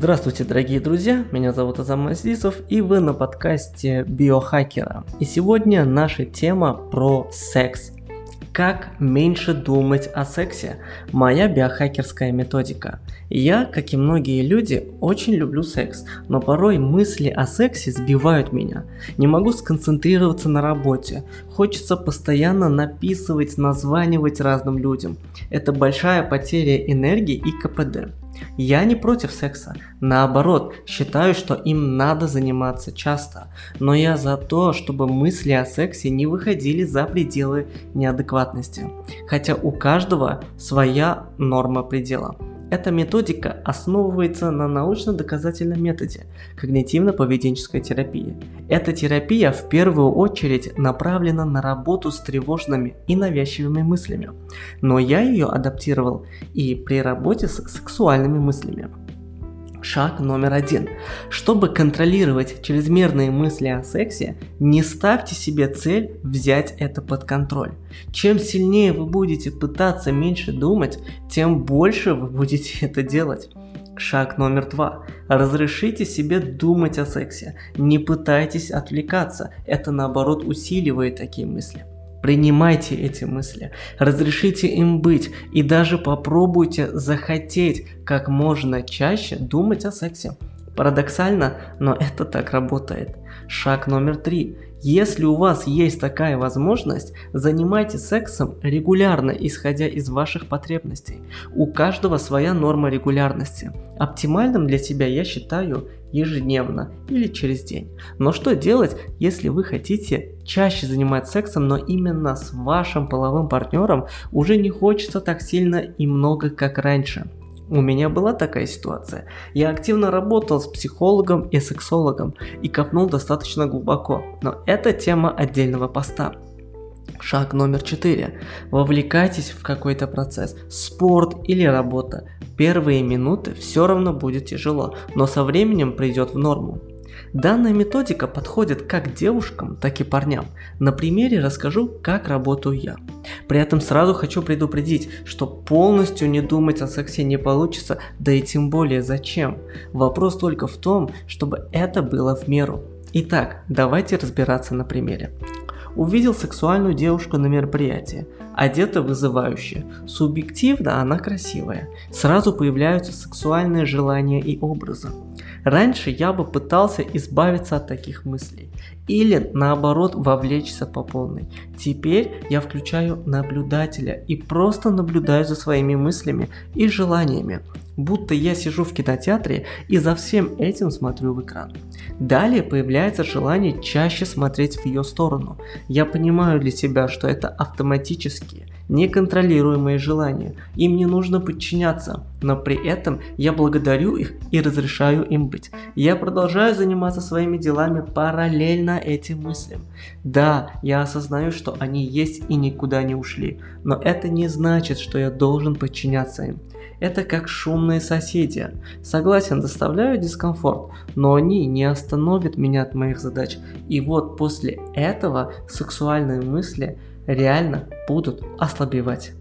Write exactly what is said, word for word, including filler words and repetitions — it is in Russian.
Здравствуйте, дорогие друзья, меня зовут Азам Азизов, и вы на подкасте Биохакера. И сегодня наша тема про секс. Как меньше думать о сексе? Моя биохакерская методика. Я, как и многие люди, очень люблю секс, но порой мысли о сексе сбивают меня. Не могу сконцентрироваться на работе. Хочется постоянно написывать, названивать разным людям. Это большая потеря энергии и ка пэ дэ. Я не против секса, наоборот, считаю, что им надо заниматься часто, но я за то, чтобы мысли о сексе не выходили за пределы неадекватности, хотя у каждого своя норма предела. Эта методика основывается на научно-доказательном методе когнитивно-поведенческой терапии. Эта терапия в первую очередь направлена на работу с тревожными и навязчивыми мыслями, но я ее адаптировал и при работе с сексуальными мыслями. Шаг номер один. Чтобы контролировать чрезмерные мысли о сексе, не ставьте себе цель взять это под контроль. Чем сильнее вы будете пытаться меньше думать, тем больше вы будете это делать. Шаг номер два. Разрешите себе думать о сексе. Не пытайтесь отвлекаться, это наоборот усиливает такие мысли. Принимайте эти мысли, разрешите им быть и даже попробуйте захотеть как можно чаще думать о сексе. Парадоксально, но это так работает. Шаг номер три. Если у вас есть такая возможность, занимайтесь сексом регулярно, исходя из ваших потребностей. У каждого своя норма регулярности. Оптимальным для себя я считаю ежедневно или через день. Но что делать, если вы хотите чаще заниматься сексом, но именно с вашим половым партнером уже не хочется так сильно и много, как раньше? У меня была такая ситуация. Я активно работал с психологом и сексологом и копнул достаточно глубоко, но это тема отдельного поста. Шаг номер четыре. Вовлекайтесь в какой-то процесс, спорт или работа. Первые минуты все равно будет тяжело, но со временем придет в норму. Данная методика подходит как девушкам, так и парням. На примере расскажу, как работаю я. При этом сразу хочу предупредить, что полностью не думать о сексе не получится, да и тем более зачем. Вопрос только в том, чтобы это было в меру. Итак, давайте разбираться на примере. Увидел сексуальную девушку на мероприятии, одета вызывающе, субъективно она красивая, сразу появляются сексуальные желания и образы. Раньше я бы пытался избавиться от таких мыслей или наоборот вовлечься по полной. Теперь я включаю наблюдателя и просто наблюдаю за своими мыслями и желаниями, будто я сижу в кинотеатре и за всем этим смотрю в экран. Далее появляется желание чаще смотреть в ее сторону. Я понимаю для себя, что это автоматические, неконтролируемые желания. Им не нужно подчиняться, но при этом я благодарю их и разрешаю им быть. Я продолжаю заниматься своими делами параллельно этим мыслям. Да, я осознаю, что они есть и никуда не ушли, но это не значит, что я должен подчиняться им. Это как шумные соседи. Согласен, доставляют дискомфорт, но они не остановят меня от моих задач. И вот после этого сексуальные мысли реально будут ослабевать.